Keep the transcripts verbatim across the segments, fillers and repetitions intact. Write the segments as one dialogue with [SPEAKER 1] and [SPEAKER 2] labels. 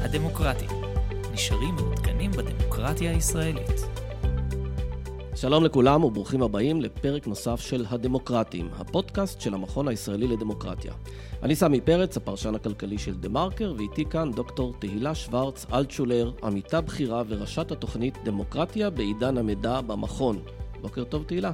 [SPEAKER 1] הדמוקרטים. נשארים מעודכנים בדמוקרטיה הישראלית.
[SPEAKER 2] שלום לכולם וברוכים הבאים לפרק נוסף של הדמוקרטים, הפודקאסט של המכון הישראלי לדמוקרטיה. אני סמי פרץ, הפרשן הכלכלי של דה מרקר, ואיתי כאן דוקטור תהילה שוורץ אלטשולר, עמיתה בכירה וראשת התוכנית דמוקרטיה בעידן המידע במכון. בוקר טוב תהילה.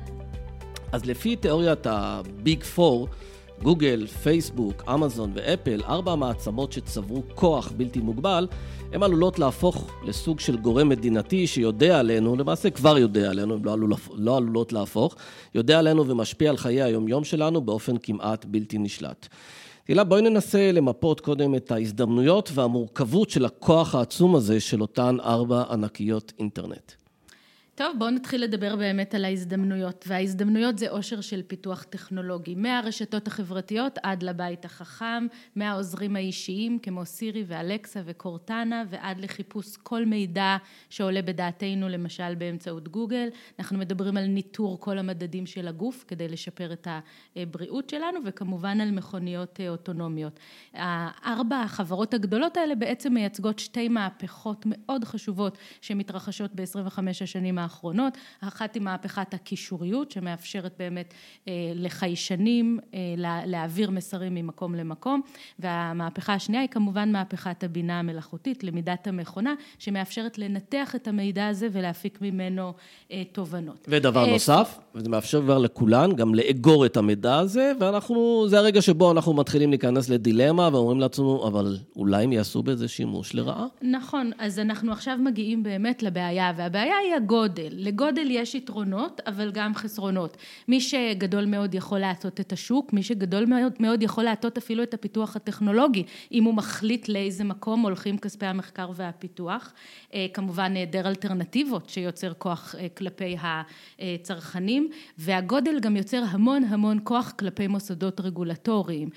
[SPEAKER 2] אז לפי תיאוריית הביג פור, גוגל, פייסבוק, אמזון ואפל, ארבע המעצמות שצברו כוח בלתי מוגבל, הן עלולות להפוך לסוג של גורם מדינתי שיודע עלינו, למעשה כבר יודע עלינו, הן לא, עלול, לא עלולות להפוך, יודע עלינו ומשפיע על חיי היום-יום שלנו באופן כמעט בלתי נשלט. תהילה, בואי ננסה למפות קודם את ההזדמנויות והמורכבות של הכוח העצום הזה של אותן ארבע ענקיות אינטרנט.
[SPEAKER 3] טוב, בואו נתחיל לדבר באמת על ההזדמנויות, וההזדמנויות זה עושר של פיתוח טכנולוגי, מהרשתות החברתיות עד לבית החכם, מהעוזרים האישיים כמו סירי ואלקסה וקורטנה, ועד לחיפוש כל מידע שעולה בדעתנו, למשל באמצעות גוגל. אנחנו מדברים על ניטור כל המדדים של הגוף כדי לשפר את הבריאות שלנו, וכמובן על מכוניות אוטונומיות. הארבע החברות הגדולות האלה בעצם מייצגות שתי מהפכות מאוד חשובות שמתרחשות ב-עשרים וחמש השנים האחרונות. אחת היא מהפכת הקישוריות שמאפשרת באמת אה, לחיישנים אה, להעביר מסרים ממקום למקום, והמהפכה השנייה היא כמובן מהפכת הבינה המלאכותית, למידת המכונה, שמאפשרת לנתח את המידע הזה ולהפיק ממנו אה, תובנות.
[SPEAKER 2] ודבר
[SPEAKER 3] אה,
[SPEAKER 2] נוסף, וזה מאפשר כבר לכולן גם לאגור את המידע הזה, ואנחנו, זה הרגע שבו אנחנו מתחילים להיכנס לדילמה ואומרים לעצמנו, אבל אולי הם יעשו בזה שימוש לרעה?
[SPEAKER 3] נכון, אז אנחנו עכשיו מגיעים באמת לבעיה, והבעיה היא הגודל. לגודל יש יתרונות, אבל גם חסרונות. מי שגדול מאוד יכול להטות את השוק, מי שגדול מאוד, מאוד יכול להטות אפילו את הפיתוח הטכנולוגי, אם הוא מחליט לאיזה מקום הולכים כספי המחקר והפיתוח. כמובן, נעדר אלטרנטיבות שיוצר כוח כלפי הצרכנים, והגודל גם יוצר המון המון כוח כלפי מוסדות רגולטוריים,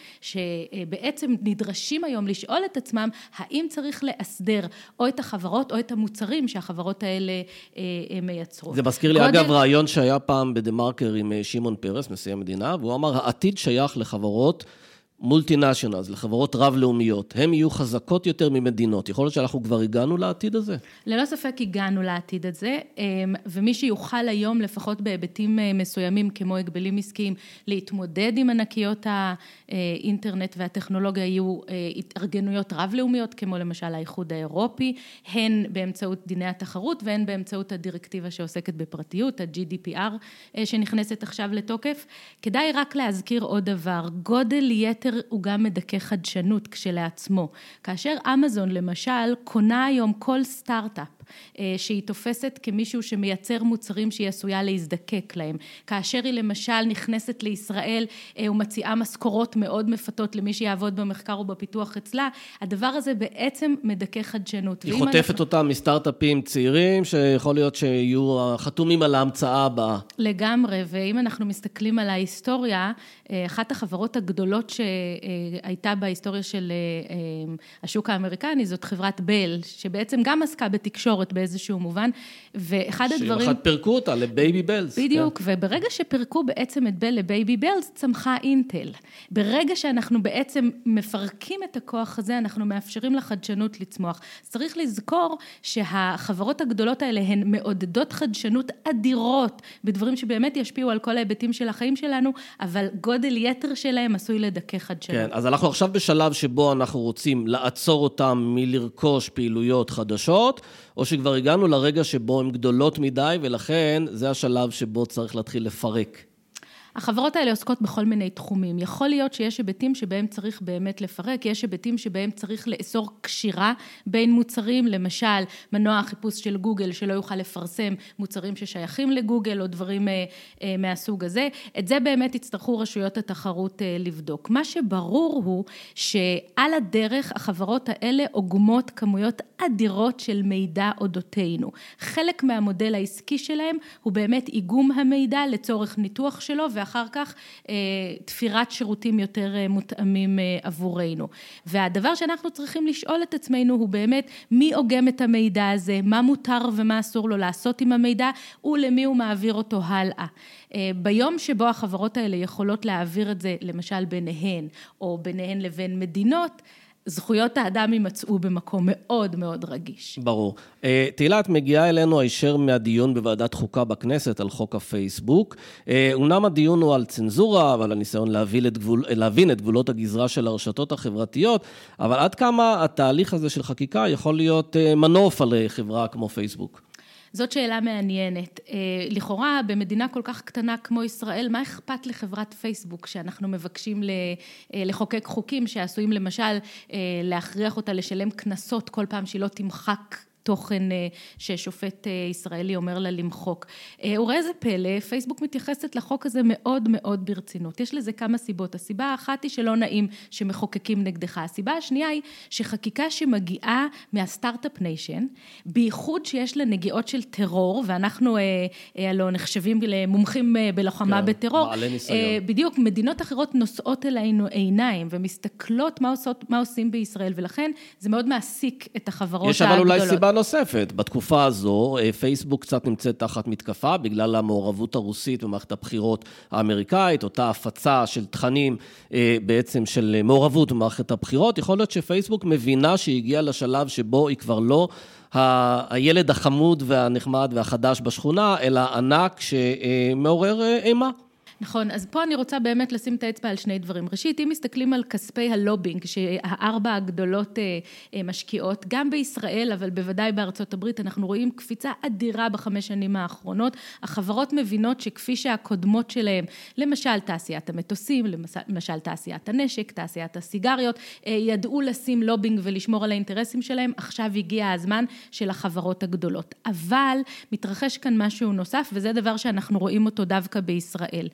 [SPEAKER 3] שבעצם נדרשים היום לשאול את עצמם, האם צריך לאסדר או את החברות או את המוצרים שהחברות האלה מייצרות.
[SPEAKER 2] זה מזכיר לי, אגב, רעיון שהיה פעם בדה מרקר עם שמעון פרס, נשיא המדינה, והוא אמר, העתיד שייך לחברות מולטינשיונלס, לחברות רב-לאומיות. הם יהיו חזקות יותר ממדינות. יכול להיות שאנחנו כבר הגענו לעתיד הזה?
[SPEAKER 3] ללא ספק הגענו לעתיד הזה, ומי שיוכל היום, לפחות בהיבטים מסוימים, כמו הגבלים עסקיים, להתמודד עם ענקיות האינטרנט והטכנולוגיה, יהיו התארגנויות רב-לאומיות, כמו למשל האיחוד האירופי, הן באמצעות דיני התחרות, והן באמצעות הדירקטיבה שעוסקת בפרטיות, ה-ג'י די פי אר, שנכנסת עכשיו לתוקף. כדאי רק להזכיר עוד דבר, גודל יתר הוא גם מדכא חדשנות כשלעצמו. כאשר אמזון למשל קונה היום כל סטארט-אפ שהיא תופסת כמישהו שמייצר מוצרים שהיא עשויה להזדקק להם. כאשר היא למשל נכנסת לישראל ומציעה משכורות מאוד מפתות למי שיעבוד במחקר ובפיתוח אצלה, הדבר הזה בעצם מדכא חדשנות.
[SPEAKER 2] היא חוטפת אנחנו... אותם מסטארט-אפים צעירים שיכול להיות שיהיו חתומים על ההמצאה הבאה.
[SPEAKER 3] לגמרי, ואם אנחנו מסתכלים על ההיסטוריה, אחת החברות הגדולות שהייתה בהיסטוריה של השוק האמריקני, זאת חברת בל, שבעצם גם עסקה בתקשורת באיזשהו מובן, ואחד הדברים...
[SPEAKER 2] שאחד פרקו אותה לבייבי בלס.
[SPEAKER 3] בדיוק, כן. וברגע שפרקו בעצם את בל לבייבי בלס, צמחה אינטל. ברגע שאנחנו בעצם מפרקים את הכוח הזה, אנחנו מאפשרים לחדשנות לצמוח. צריך לזכור שהחברות הגדולות האלה הן מעודדות חדשנות אדירות, בדברים שבאמת ישפיעו על כל ההיבטים של החיים שלנו, אבל גודל יתר שלהם עשוי לדכא חדשנות.
[SPEAKER 2] כן, אז אנחנו עכשיו בשלב שבו אנחנו רוצים לעצור אותם מלרכוש פעילויות חדשות, או שכבר הגענו לרגע שבו הן גדולות מדי, ולכן זה השלב שבו צריך להתחיל לפרק.
[SPEAKER 3] החברות האלה עוסקות בכל מיני תחומים. יכול להיות שיש היבטים שבהם צריך באמת לפרק, יש היבטים שבהם צריך לאסור קשירה בין מוצרים, למשל מנוע החיפוש של גוגל שלא יוכל לפרסם מוצרים ששייכים לגוגל או דברים אה, אה, מהסוג הזה. את זה באמת יצטרכו רשויות התחרות אה, לבדוק. מה שברור הוא שעל הדרך החברות האלה עוגמות כמויות אדירות של מידע אודותינו. חלק מהמודל העסקי שלהם הוא באמת איגום המידע לצורך ניתוח שלו, ואחר כך תפירת שירותים יותר מותאמים עבורנו. והדבר שאנחנו צריכים לשאול את עצמנו הוא באמת מי עוגם את המידע הזה, מה מותר ומה אסור לו לעשות עם המידע, ולמי הוא מעביר אותו הלאה. ביום שבו החברות האלה יכולות להעביר את זה, למשל ביניהן, או ביניהן לבין מדינות, זכויות האדם יימצאו במקום מאוד מאוד רגיש.
[SPEAKER 2] ברור. תהילה, את מגיעה אלינו הישר מהדיון בוועדת חוקה בכנסת על חוק הפייסבוק. אומנם הדיון הוא על צנזורה, אבל הניסיון להבין את, גבול, להבין את גבולות הגזרה של הרשתות החברתיות, אבל עד כמה התהליך הזה של חקיקה יכול להיות מנוף על חברה כמו פייסבוק?
[SPEAKER 3] זאת שאלה מעניינת. לכאורה, במדינה כל כך קטנה כמו ישראל, מה אכפת לחברת פייסבוק שאנחנו מבקשים לחוקק חוקים שעשויים למשל להכריח אותה לשלם קנסות כל פעם שהיא לא תמחק תוכן ששופט ישראלי אומר לה למחוק. וראה איזה פלא, פייסבוק מתייחסת לחוק הזה מאוד מאוד ברצינות. יש לזה כמה סיבות. הסיבה האחת היא שלא נעים שמחוקקים נגדך. הסיבה השנייה היא שחקיקה שמגיעה מהסטארט-אפ ניישן, בייחוד שיש לה נגיעות של טרור, ואנחנו הלא נחשבים למומחים בלוחמה בטרור. בדיוק, מדינות אחרות נושאות אלינו עיניים, ומסתכלות מה עושות, מה עושים בישראל, ולכן זה מאוד מעסיק את החברות
[SPEAKER 2] הגדולות. יש אבל אולי סיבה נוספת. בתקופה הזו, פייסבוק קצת נמצאת תחת מתקפה, בגלל המעורבות הרוסית במערכת הבחירות האמריקאית, אותה הפצה של תכנים בעצם של מעורבות במערכת הבחירות. יכול להיות שפייסבוק מבינה שהיא הגיעה לשלב שבו היא כבר לא הילד החמוד והנחמד והחדש בשכונה, אלא ענק שמעורר אימה.
[SPEAKER 3] נכון, אז פה אני רוצה באמת לשים את האצבע על שני דברים. ראשית, אם מסתכלים על כספי הלובינג, שהארבע הגדולות משקיעות, גם בישראל, אבל בוודאי בארצות הברית, אנחנו רואים קפיצה אדירה בחמש שנים האחרונות. החברות מבינות שכפי שהקודמות שלהם, למשל תעשיית המטוסים, למשל תעשיית הנשק, תעשיית הסיגריות, ידעו לשים לובינג ולשמור על האינטרסים שלהם, עכשיו הגיע הזמן של החברות הגדולות. אבל מתרחש כאן משהו נוסף, וזה דבר שאנחנו רואים אותו דווקא בישראל.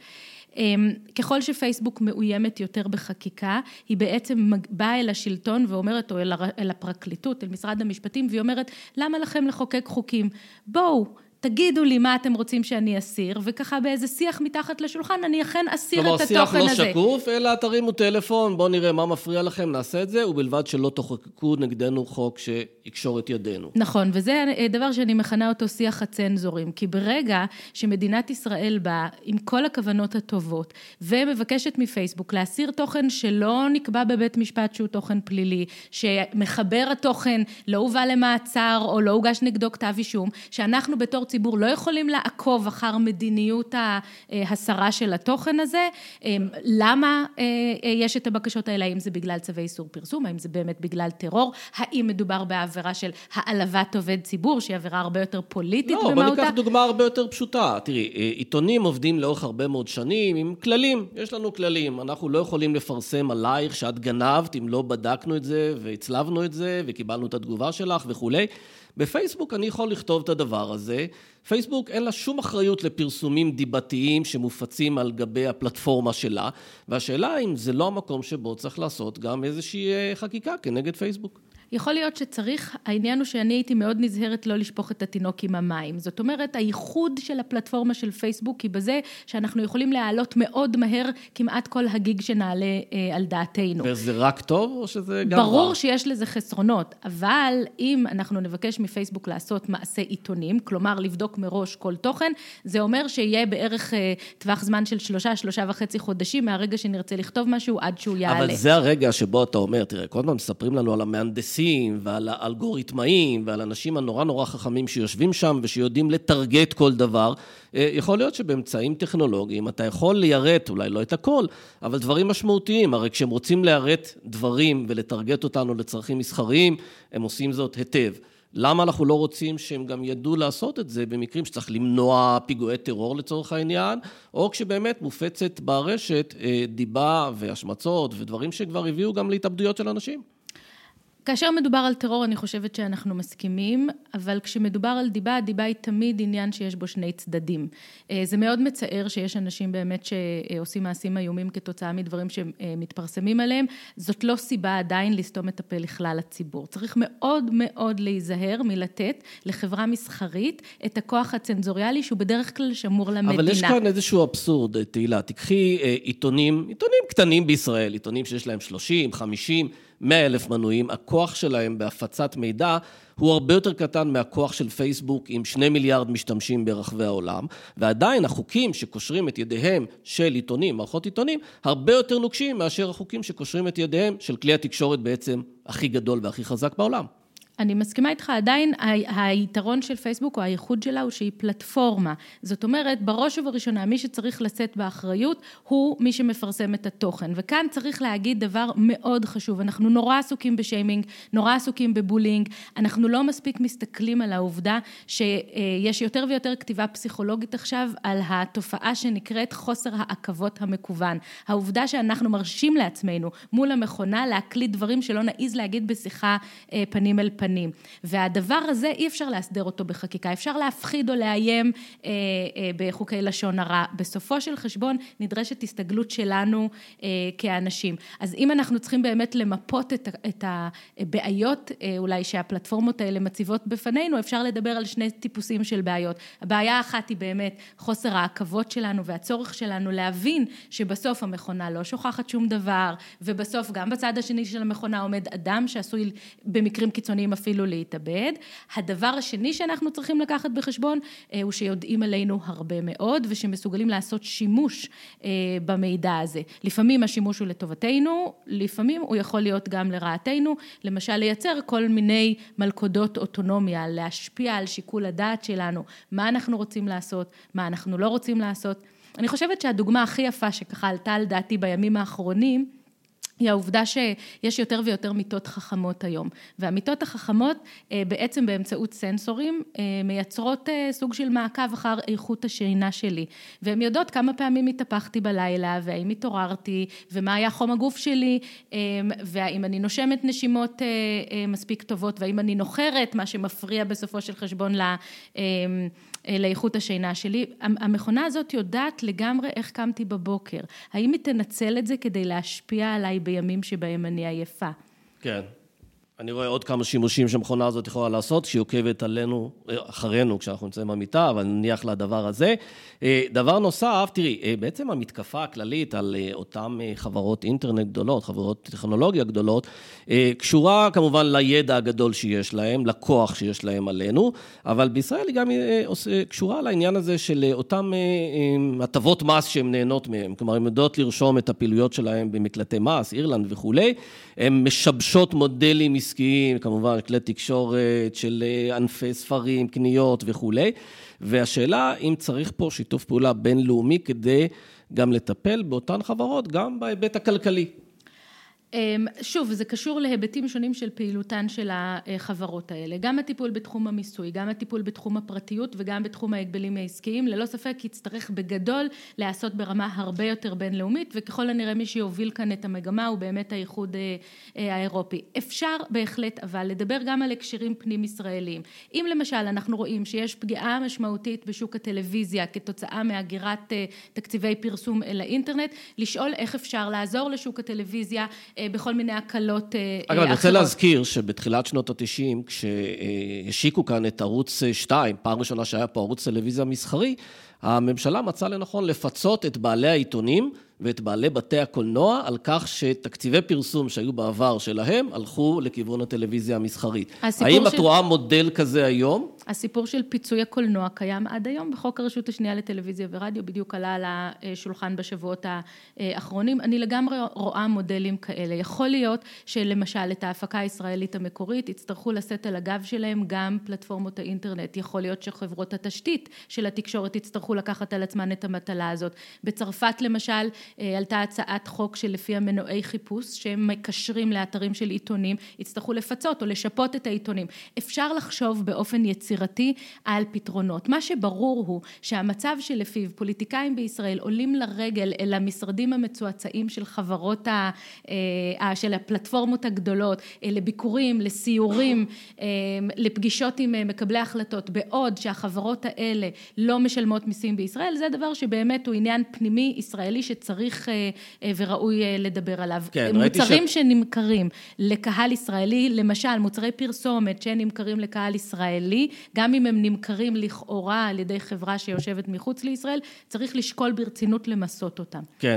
[SPEAKER 3] ככל שפייסבוק מאוימת יותר בחקיקה, היא בעצם באה אל השלטון ואומרת, או אל הפרקליטות, אל משרד המשפטים, והיא אומרת, למה לכם לחוקק חוקים? בואו, תגידו לי מה אתם רוצים שאני אסיר, וככה באיזה שיח מתחת לשולחן, אני אכן אסיר את התוכן הזה.
[SPEAKER 2] כלומר, שיח לא שקוף, אלא תרימו טלפון, בואו נראה מה מפריע לכם, נעשה את זה, ובלבד שלא תחוקקו נגדנו חוק שיקשור את ידינו.
[SPEAKER 3] נכון, וזה דבר שאני מכנה אותו שיח הצנזורים, כי ברגע שמדינת ישראל באה עם כל הכוונות הטובות, ומבקשת מפייסבוק להסיר תוכן שלא נקבע בבית משפט שהוא תוכן פלילי, שמחבר התוכן לא הובא למעצר, או לא הוגש נגדו כתב אישום, שאנחנו בתור ציבור לא יכולים לעקוב אחר מדיניות ההסרה של התוכן הזה. למה יש את הבקשות האלה? האם זה בגלל צווי איסור פרסום? האם זה באמת בגלל טרור? האם מדובר בעבירה של העלבת עובד ציבור, שהיא עבירה הרבה יותר פוליטית במהותה?
[SPEAKER 2] לא, בוא ניקח דוגמה הרבה יותר פשוטה. תראי, עיתונים עובדים לאורך הרבה מאוד שנים עם כללים. יש לנו כללים. אנחנו לא יכולים לפרסם עלייך שאת גנבת, אם לא בדקנו את זה והצלבנו את זה וקיבלנו את התגובה שלך וכולי. בפייסבוק אני יכול לכתוב את הדבר הזה. פייסבוק אין לה שום אחריות לפרסומים דיבתיים שמופצים על גבי הפלטפורמה שלה, והשאלה אם זה לא המקום שבו צריך לעשות גם איזושהי חקיקה כנגד פייסבוק.
[SPEAKER 3] יכול להיות שצריך, העניין הוא שאני הייתי מאוד נזהרת לא לשפוך את התינוק עם המים. זאת אומרת, הייחוד של הפלטפורמה של פייסבוק היא בזה שאנחנו יכולים להעלות מאוד מהר כמעט כל הגיג שנעלה אה, על דעתנו.
[SPEAKER 2] וזה רק טוב או שזה גם רע?
[SPEAKER 3] ברור שיש לזה חסרונות, אבל אם אנחנו נבקש מפייסבוק לעשות מעשה עיתונים, כלומר לבדוק מראש כל תוכן, זה אומר שיהיה בערך אה, טווח זמן של שלושה, שלושה וחצי חודשים מהרגע שנרצה לכתוב משהו עד שהוא יעלה.
[SPEAKER 2] אבל זה הרגע שבו אתה אומר, תראה, כל הזמן מספרים לנו על המהנדסים, ועל האלגוריתמאים ועל האנשים הנורא נורא חכמים שיושבים שם ושיודעים לטרגט כל דבר. יכול להיות שבאמצעים טכנולוגיים אתה יכול ליירט, אולי לא את הכל, אבל דברים משמעותיים. הרי כשהם רוצים ליירט דברים ולטרגט אותנו לצרכים מסחריים, הם עושים זאת היטב. למה אנחנו לא רוצים שהם גם ידעו לעשות את זה במקרים שצריך למנוע פיגועי טרור לצורך העניין, או כשבאמת מופצת ברשת דיבה והשמצות ודברים שכבר הביאו גם להתאבדויות של אנשים?
[SPEAKER 3] כאשר מדובר על טרור, אני חושבת שאנחנו מסכימים, אבל כשמדובר על דיבה, הדיבה היא תמיד עניין שיש בו שני צדדים. זה מאוד מצער שיש אנשים באמת שעושים מעשים איומים כתוצאה מדברים שמתפרסמים עליהם. זאת לא סיבה עדיין לסתום את הפה לכלל הציבור. צריך מאוד מאוד להיזהר מלתת לחברה מסחרית את הכוח הצנזוריאלי שהוא בדרך כלל שמור למדינה.
[SPEAKER 2] אבל יש כאן איזשהו אבסורד, תהילה. תקחי עיתונים, עיתונים קטנים בישראל, עיתונים שיש להם שלושים, חמישים, מאה אלף מנויים, הכוח שלהם בהפצת מידע הוא הרבה יותר קטן מהכוח של פייסבוק עם שני מיליארד משתמשים ברחבי העולם, ועדיין החוקים שקושרים את ידיהם של עיתונים, מערכות עיתונים, הרבה יותר נוקשים מאשר החוקים שקושרים את ידיהם של כלי התקשורת בעצם הכי גדול והכי חזק בעולם.
[SPEAKER 3] אני מסכימה איתך, עדיין היתרון של פייסבוק או הייחוד שלה הוא שהיא פלטפורמה. זאת אומרת, בראש ובראשונה, מי שצריך לשאת באחריות הוא מי שמפרסם את התוכן. וכאן צריך להגיד דבר מאוד חשוב. אנחנו נורא עסוקים בשיימינג, נורא עסוקים בבולינג. אנחנו לא מספיק מסתכלים על העובדה שיש יותר ויותר כתיבה פסיכולוגית עכשיו על התופעה שנקראת חוסר העכבות המקוון. העובדה שאנחנו מרשים לעצמנו מול המכונה להקליט דברים שלא נעיז להגיד בשיחה פנים אל פנים. פנים. והדבר הזה אי אפשר להסדר אותו בחקיקה, אפשר להפחיד או לאיים אה, אה, בחוקי לשון הרע. בסופו של חשבון נדרשת הסתגלות שלנו אה, כאנשים. אז אם אנחנו צריכים באמת למפות את, את הבעיות, אה, אולי שהפלטפורמות האלה מציבות בפנינו, אפשר לדבר על שני טיפוסים של בעיות. הבעיה האחת היא באמת חוסר העכבות שלנו והצורך שלנו להבין שבסוף המכונה לא שוכחת שום דבר, ובסוף גם בצד השני של המכונה עומד אדם שעשוי במקרים קיצוניים אפילו להתאבד. הדבר השני שאנחנו צריכים לקחת בחשבון, הוא שיודעים עלינו הרבה מאוד, ושמסוגלים לעשות שימוש במידע הזה. לפעמים השימוש הוא לטובתנו, לפעמים הוא יכול להיות גם לרעתנו, למשל לייצר כל מיני מלכודות אוטונומיה, להשפיע על שיקול הדעת שלנו, מה אנחנו רוצים לעשות, מה אנחנו לא רוצים לעשות. אני חושבת שהדוגמה הכי יפה שככה עלתה על דעתי בימים האחרונים, היא העובדה שיש יותר ויותר מיטות חכמות היום, והמיטות החכמות בעצם באמצעות סנסורים מייצרות סוג של מעקב אחר איכות השינה שלי, והן יודעות כמה פעמים התהפכתי בלילה, והאם התעוררתי, ומה היה חום הגוף שלי, והאם אני נושמת נשימות מספיק טובות, והאם אני נוחרת, מה שמפריע בסופו של חשבון ל... לאיכות השינה שלי. המכונה הזאת יודעת לגמרי איך קמתי בבוקר. האם היא תנצל את זה כדי להשפיע עליי בימים שבהם אני עייפה?
[SPEAKER 2] כן. אני רואה עוד כמה שימושים שהמכונה הזאת יכולה לעשות, שהיא עוקבת עלינו, אחרינו, כשאנחנו נמצאים במיטה, אבל נניח לדבר הזה. דבר נוסף, תראי, בעצם המתקפה הכללית על אותם חברות אינטרנט גדולות, חברות טכנולוגיה גדולות, קשורה כמובן לידע הגדול שיש להם, לכוח שיש להם עלינו, אבל בישראל היא גם קשורה לעניין הזה של אותם הטבות מס שהן נהנות מהם. כלומר, הן יודעות לרשום את הפעילויות שלהם במקלטי מס, אירלנד וכולי, הן משבשות מודלים עסקיים, כמובן כלי תקשורת של ענפי ספרים, קניות וכולי, והשאלה אם צריך פה שיתוף פעולה בינלאומי כדי גם לטפל באותן חברות, גם בהיבט הכלכלי.
[SPEAKER 3] שוב, זה קשור להיבטים שונים של פעילותן של החברות האלה. גם הטיפול בתחום המיסוי, גם הטיפול בתחום הפרטיות וגם בתחום ההגבלים העסקיים, ללא ספק יצטרך בגדול לעשות ברמה הרבה יותר בינלאומית, וככל הנראה מי שיוביל כאן את המגמה הוא באמת האיחוד האירופי. אפשר בהחלט אבל לדבר גם על הקשרים פנים ישראליים. אם למשל אנחנו רואים שיש פגיעה משמעותית בשוק הטלוויזיה כתוצאה מהגירת תקציבי פרסום אל האינטרנט, לשאול איך אפשר לעזור לשוק הטלוויזיה בכל מיני הקלות אחרות.
[SPEAKER 2] אגב, אני רוצה להזכיר שבתחילת שנות ה-תשעים, כשהשיקו כאן את ערוץ שתיים, פעם ראשונה שהיה פה ערוץ טלוויזיה מסחרי, הממשלה מצאה לנכון לפצות את בעלי העיתונים ואת בעלי בתי הקולנוע על כך שתקציבי פרסום שהיו בעבר שלהם הלכו לכיוון הטלוויזיה המסחרית. האם את רואה מודל כזה היום?
[SPEAKER 3] הסיפור של פיצוי הקולנוע קיים עד היום בחוק הרשות השנייה לטלוויזיה ורדיו, בדיוק עלה על השולחן בשבועות האחרונים. אני לגמרי רואה מודלים כאלה. יכול להיות שלמשל את ההפקה הישראלית המקורית יצטרכו לשאת על הגב שלהם גם פלטפורמות האינטרנט. יכול להיות שחברות התשתית של התקשורת יצטרכו לקחת על עצמן את המטלה הזאת. בצרפת למשל עלתה הצעת חוק שלפי המנועי חיפוש שהם מקשרים לאתרים של עיתונים, יצטרכו לפצות או לשפות את העיתונים. אפשר לחשוב באופן יצירתי על פתרונות. מה שברור הוא שהמצב שלפיו פוליטיקאים בישראל עולים לרגל אל המשרדים המצועצעים של חברות ה, של הפלטפורמות הגדולות, לביקורים, לסיורים, לפגישות עם מקבלי החלטות, בעוד שהחברות האלה לא משלמות מיסים בישראל, זה דבר שבאמת הוא עניין פנימי ישראלי שצריך וראוי לדבר עליו. כן, מוצרים ש... שנמכרים לקהל ישראלי, למשל מוצרי פרסומת שנמכרים לקהל ישראלי, גם אם הם נמכרים לכאורה על ידי חברה שיושבת מחוץ לישראל, צריך לשקול ברצינות למסות אותם.
[SPEAKER 2] כן,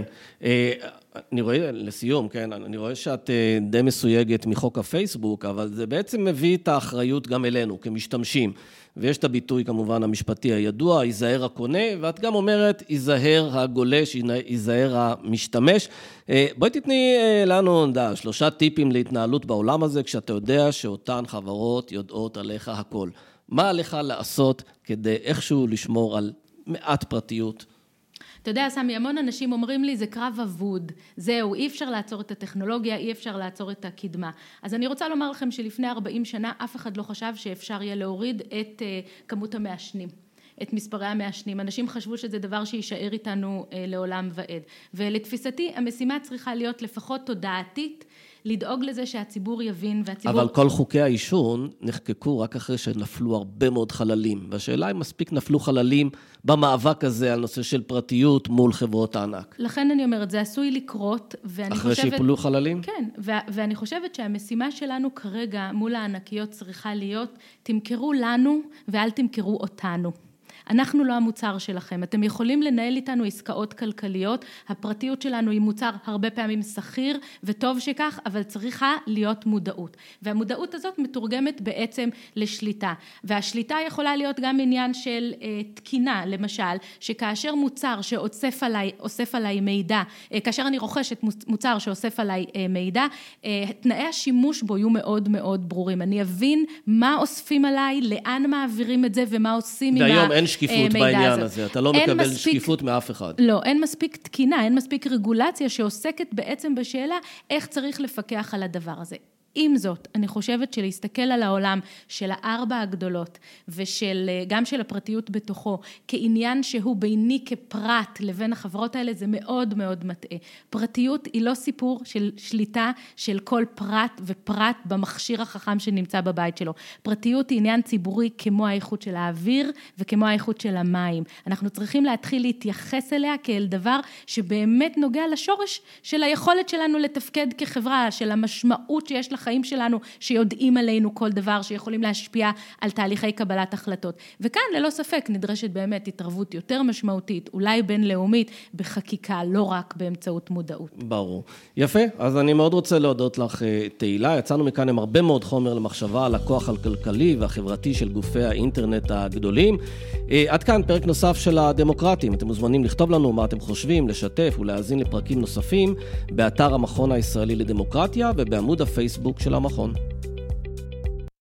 [SPEAKER 2] אני רואה, לסיום, כן, אני רואה שאת די מסויגת מחוק הפייסבוק, אבל זה בעצם מביא את האחריות גם אלינו, כמשתמשים. ויש את הביטוי כמובן המשפטי הידוע, ייזהר הקונה, ואת גם אומרת, ייזהר הגולש, ייזהר המשתמש. בואי תתני לנו, נדע, שלושה טיפים להתנהלות בעולם הזה, כשאתה יודע שאותן חברות יודעות עליך הכל. מה עליך לעשות כדי איכשהו לשמור על מעט פרטיות?
[SPEAKER 3] אתה יודע, סמי, המון אנשים אומרים לי, זה קרב אבוד, זהו, אי אפשר לעצור את הטכנולוגיה, אי אפשר לעצור את הקדמה. אז אני רוצה לומר לכם שלפני ארבעים שנה, אף אחד לא חשב שאפשר יהיה להוריד את uh, כמות המעשנים, את מספרי המעשנים. אנשים חשבו שזה דבר שישאר איתנו uh, לעולם ועד. ולתפיסתי, המשימה צריכה להיות לפחות תודעתית, לדאוג לזה שהציבור יבין, והציבור...
[SPEAKER 2] אבל כל חוקי העישון נחקקו רק אחרי שנפלו הרבה מאוד חללים, והשאלה אם מספיק נפלו חללים במאבק הזה על נושא של פרטיות מול חברות הענק.
[SPEAKER 3] לכן אני אומרת, זה עשוי לקרות, ואני
[SPEAKER 2] אחרי
[SPEAKER 3] חושבת...
[SPEAKER 2] אחרי שיפלו חללים?
[SPEAKER 3] כן, ו- ואני חושבת שהמשימה שלנו כרגע מול הענקיות צריכה להיות, תמכרו לנו ואל תמכרו אותנו. אנחנו לא המוצר שלכם, אתם יכולים לנהל איתנו עסקאות כלכליות, הפרטיות שלנו היא מוצר הרבה פעמים סחיר, וטוב שכך, אבל צריכה להיות מודעות. והמודעות הזאת מתורגמת בעצם לשליטה, והשליטה יכולה להיות גם עניין של אה, תקינה, למשל, שכאשר מוצר שאוסף עליי, אוסף עליי מידע, אה, כאשר אני רוכשת מוצר שאוסף עליי אה, מידע, אה, תנאי השימוש בו יהיו מאוד מאוד ברורים. אני אבין מה אוספים עליי, לאן מעבירים את זה, ומה עושים עם
[SPEAKER 2] והיום אין שקיפות בעניין הזה, אתה לא מקבל
[SPEAKER 3] מספיק,
[SPEAKER 2] שקיפות מאף אחד.
[SPEAKER 3] לא, אין מספיק תקינה, אין מספיק רגולציה שעוסקת בעצם בשאלה איך צריך לפקח על הדבר הזה. עם זאת, אני חושבת שלהסתכל על העולם של הארבע הגדולות, ושל, גם של הפרטיות בתוכו, כעניין שהוא ביני כפרט לבין החברות האלה, זה מאוד מאוד מטעה. פרטיות היא לא סיפור של שליטה של כל פרט ופרט במכשיר החכם שנמצא בבית שלו. פרטיות היא עניין ציבורי כמו האיכות של האוויר, וכמו האיכות של המים. אנחנו צריכים להתחיל להתייחס אליה כאל דבר שבאמת נוגע לשורש של היכולת שלנו לתפקד כחברה, של המשמעות שיש לך החיים שלנו, שיודעים עלינו כל דבר, שיכולים להשפיע על תהליכי קבלת החלטות. וכאן ללא ספק נדרשת באמת התערבות יותר משמעותית, אולי בינלאומית, בחקיקה, לא רק באמצעות מודעות.
[SPEAKER 2] ברור. יפה, אז אני מאוד רוצה להודות לך, תהילה. יצאנו מכאן עם הרבה מאוד חומר למחשבה על הכוח הכלכלי והחברתי של גופי האינטרנט הגדולים. עד כאן פרק נוסף של הדמוקרטים. אתם מוזמנים לכתוב לנו מה אתם חושבים, לשתף ולהאזין לפרקים נוספים באתר המכון הישראלי לדמוקרטיה ובעמוד הפייסבוק של המכון.